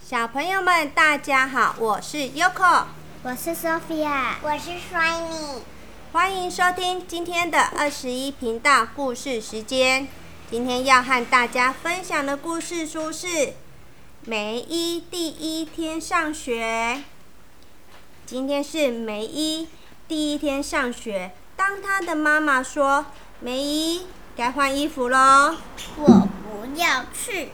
小朋友们，大家好，我是 Yoko， 我是 Sophia， 我是 Shiny， 欢迎收听今天的21频道故事时间。今天要和大家分享的故事书是《梅伊第一天上学》。今天是梅伊第一天上学，当他的妈妈说：“梅伊，该换衣服咯。” 我不要去。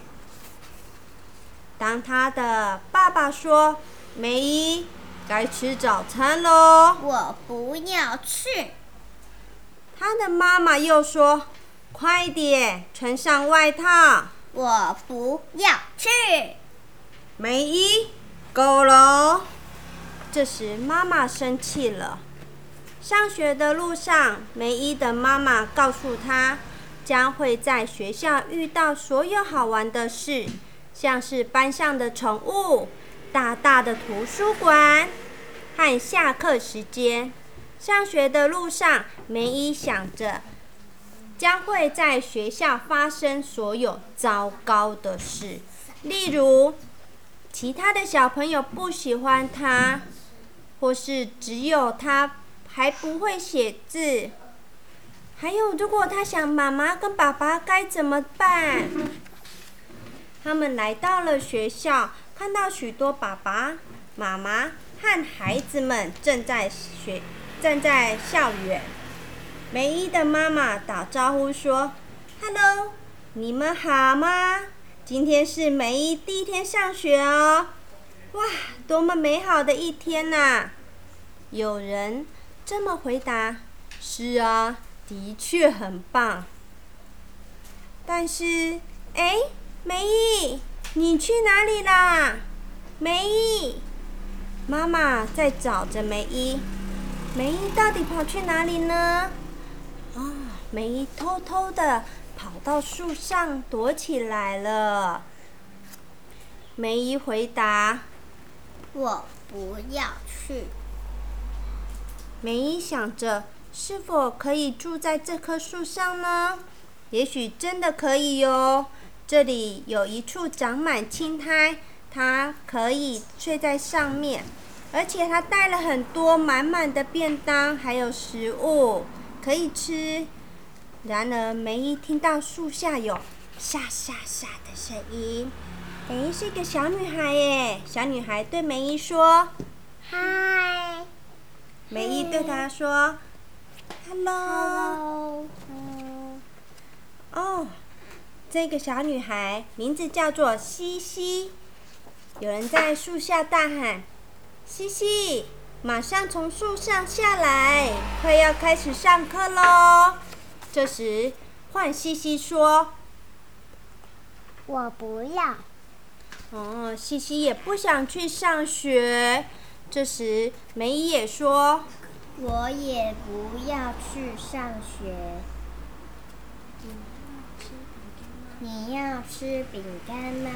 当他的爸爸说：“梅伊，该吃早餐咯。” 我不要去。 他的妈妈又说：“快点，穿上外套。” 我不要去。 梅伊，够了。这时妈妈生气了。上学的路上，梅伊的妈妈告诉他，将会在学校遇到所有好玩的事，像是班上的宠物、大大的图书馆和下课时间。上学的路上，梅伊想着将会在学校发生所有糟糕的事，例如其他的小朋友不喜欢他，或是只有他还不会写字，还有如果他想妈妈跟爸爸该怎么办。他们来到了学校，看到许多爸爸妈妈和孩子们站在校园。梅伊的妈妈打招呼说 ：“Hello， 你们好吗？今天是梅伊第一天上学哦。哇，多么美好的一天呐！”有人这么回答：“是啊，的确很棒。”但是，梅伊，你去哪里啦？梅伊，妈妈在找着梅伊。梅伊到底跑去哪里呢？梅伊偷偷的跑到树上躲起来了。梅伊回答：“ 我不要去。” 梅伊想着，是否可以住在这棵树上呢？也许真的可以哟。这里有一处长满青苔，它可以睡在上面，而且它带了很多满满的便当，还有食物可以吃。然而，梅伊听到树下有沙沙沙的声音。梅伊是一个小女孩耶，小女孩对梅伊说：“ 嗨。” 梅伊对她说 ：“Hello。” 哦，这个小女孩名字叫做西西。有人在树下大喊：“西西，马上从树上下来，快要开始上课咯。”这时，换西西说：“ 我不要。” 西西也不想去上学。这时，梅伊也说：“ 我也不要去上学。”你要吃饼干吗？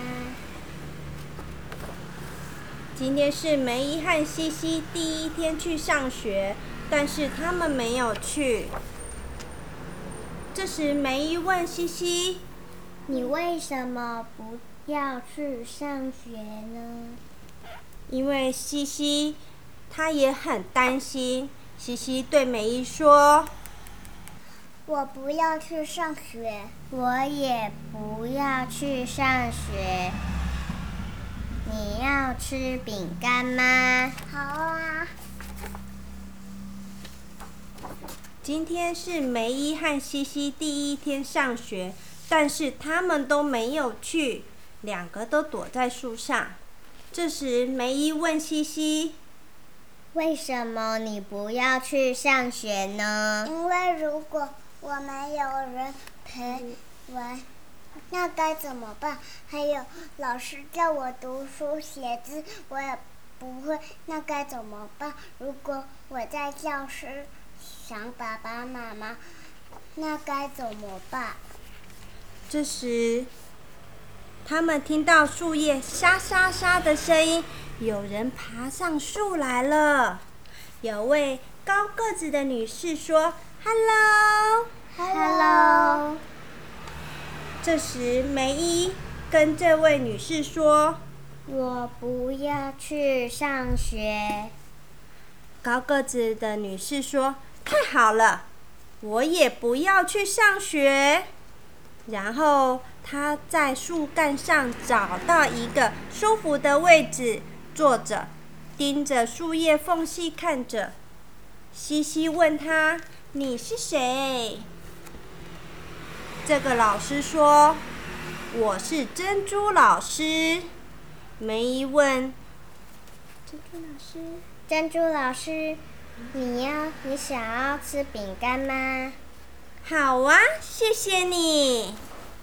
今天是梅伊和西西第一天去上学，但是他们没有去。这时，梅伊问西西：“ 你为什么不要去上学呢？” 因为西西她也很担心。西西对梅伊说：“ 我不要去上学。”我也不要去上学。你要吃饼干吗？好啊。 今天是梅伊和西西第一天上学，但是他们都没有去，两个都躲在树上。这时，梅伊问西西：“ 为什么你不要去上学呢？”因为如果我没有人陪玩，那该怎么办？还有老师叫我读书写字，我也不会，那该怎么办？如果我在教室想爸爸妈妈，那该怎么办？ 这时，他们听到树叶沙沙沙的声音，有人爬上树来了。有位高个子的女士说 ：“Hello。”这时，梅伊跟这位女士说：“ 我不要去上学。 高个子的女士说：“太好了，我也不要去上学。”然后她在树干上找到一个舒服的位置坐着，盯着树叶缝隙看着。西西问她：“你是谁？”这个老师说：“我是珍珠老师。”梅姨问：“ 珍珠老师，你想要吃饼干吗？”“ 好啊，谢谢你。”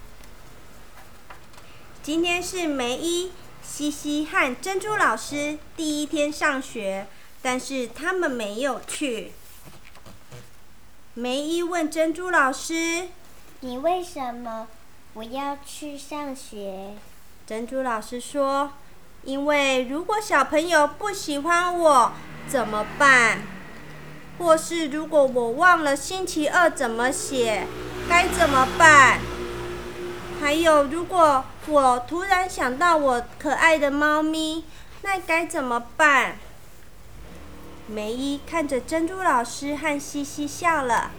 今天是梅姨、西西和珍珠老师第一天上学，但是他们没有去。梅姨问珍珠老师：“ 你为什么不要去上学？” 珍珠老师说：“因为如果小朋友不喜欢我怎么办？或是如果我忘了星期二怎么写，该怎么办？还有，如果我突然想到我可爱的猫咪，那该怎么办？”梅姨看着珍珠老师和西西笑了。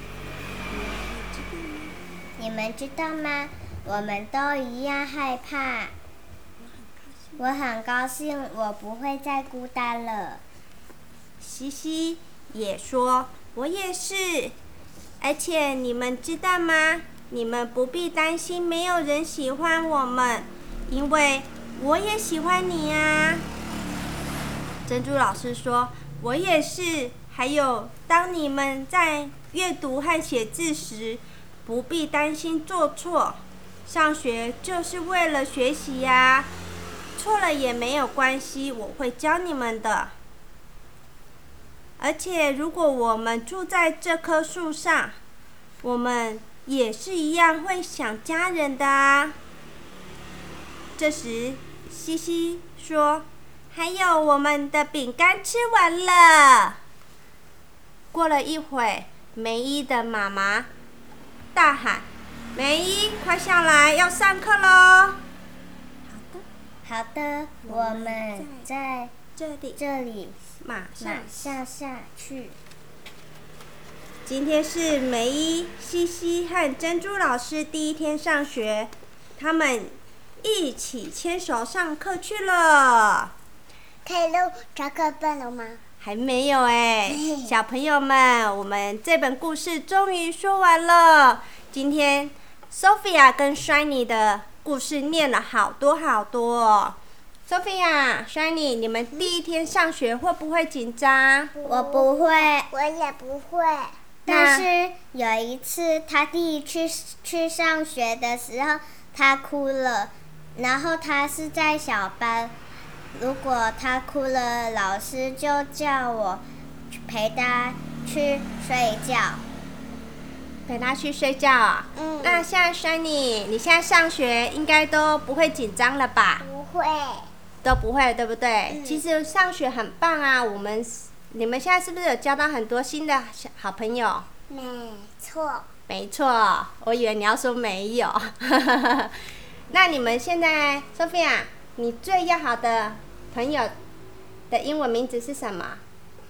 你们知道吗？我们都一样害怕。我很高兴，我不会再孤单了。 西西也说：“我也是。而且你们知道吗？你们不必担心没有人喜欢我们，因为我也喜欢你啊。”珍珠老师说：“我也是。还有，当你们在阅读和写字时，不必担心做错。上学就是为了学习呀，错了也没有关系，我会教你们的。而且，如果我们住在这棵树上，我们也是一样会想家人的啊。”这时，西西说：“还有我们的饼干吃完了。”过了一会，梅姨的妈妈大喊：“梅姨，快下来，要上课喽！” 好的，我们在这里马上下去。 今天是梅姨、西西和珍珠老师第一天上学，他们一起牵手上课去了。 可以录查课本了吗？ 还没有哎，小朋友们，我们这本故事终于说完了。今天 Sophia 跟 Shiny 的故事念了好多好多。Sophia、Shiny， 你们第一天上学会不会紧张？ 我不会，我也不会。但是有一次，他第一次去上学的时候，他哭了。然后他是在小班，如果他哭了，老师就叫我陪他去睡觉。 陪他去睡觉啊？那像 Shiny， 你现在上学应该都不会紧张了吧？ 不会。 都不会，对不对？其实上学很棒啊，你们现在是不是有交到很多新的好朋友？ 没错。 没错，我以为你要说没有。那你们现在 ，Sophia， 你最要好的朋友的英文名字是什么？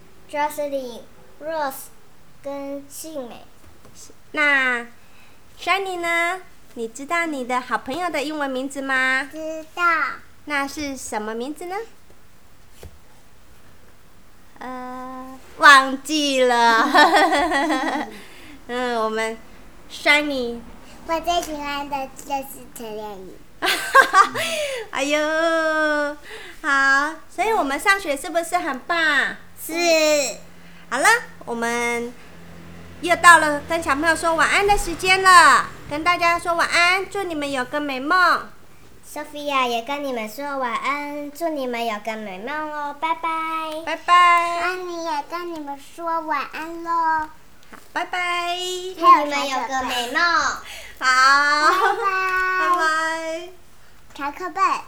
Jocelyn、Rose 跟杏美。 那 Shiny 呢？你知道你的好朋友的英文名字吗？ 知道。 那是什么名字呢？忘记了。我们 Shiny。 我最喜欢的就是陈练宇。 哎呦，好，所以我们上学是不是很棒？ 是。 好了，我们又到了跟小朋友说晚安的时间了，跟大家说晚安，祝你们有个美梦。 Sophia 也跟你们说晚安，祝你们有个美梦哦，拜拜。 拜拜。 安妮也跟你们说晚安喽。 好，拜拜。 祝你们有个美梦。 好。 拜拜。 拜拜。 查课本。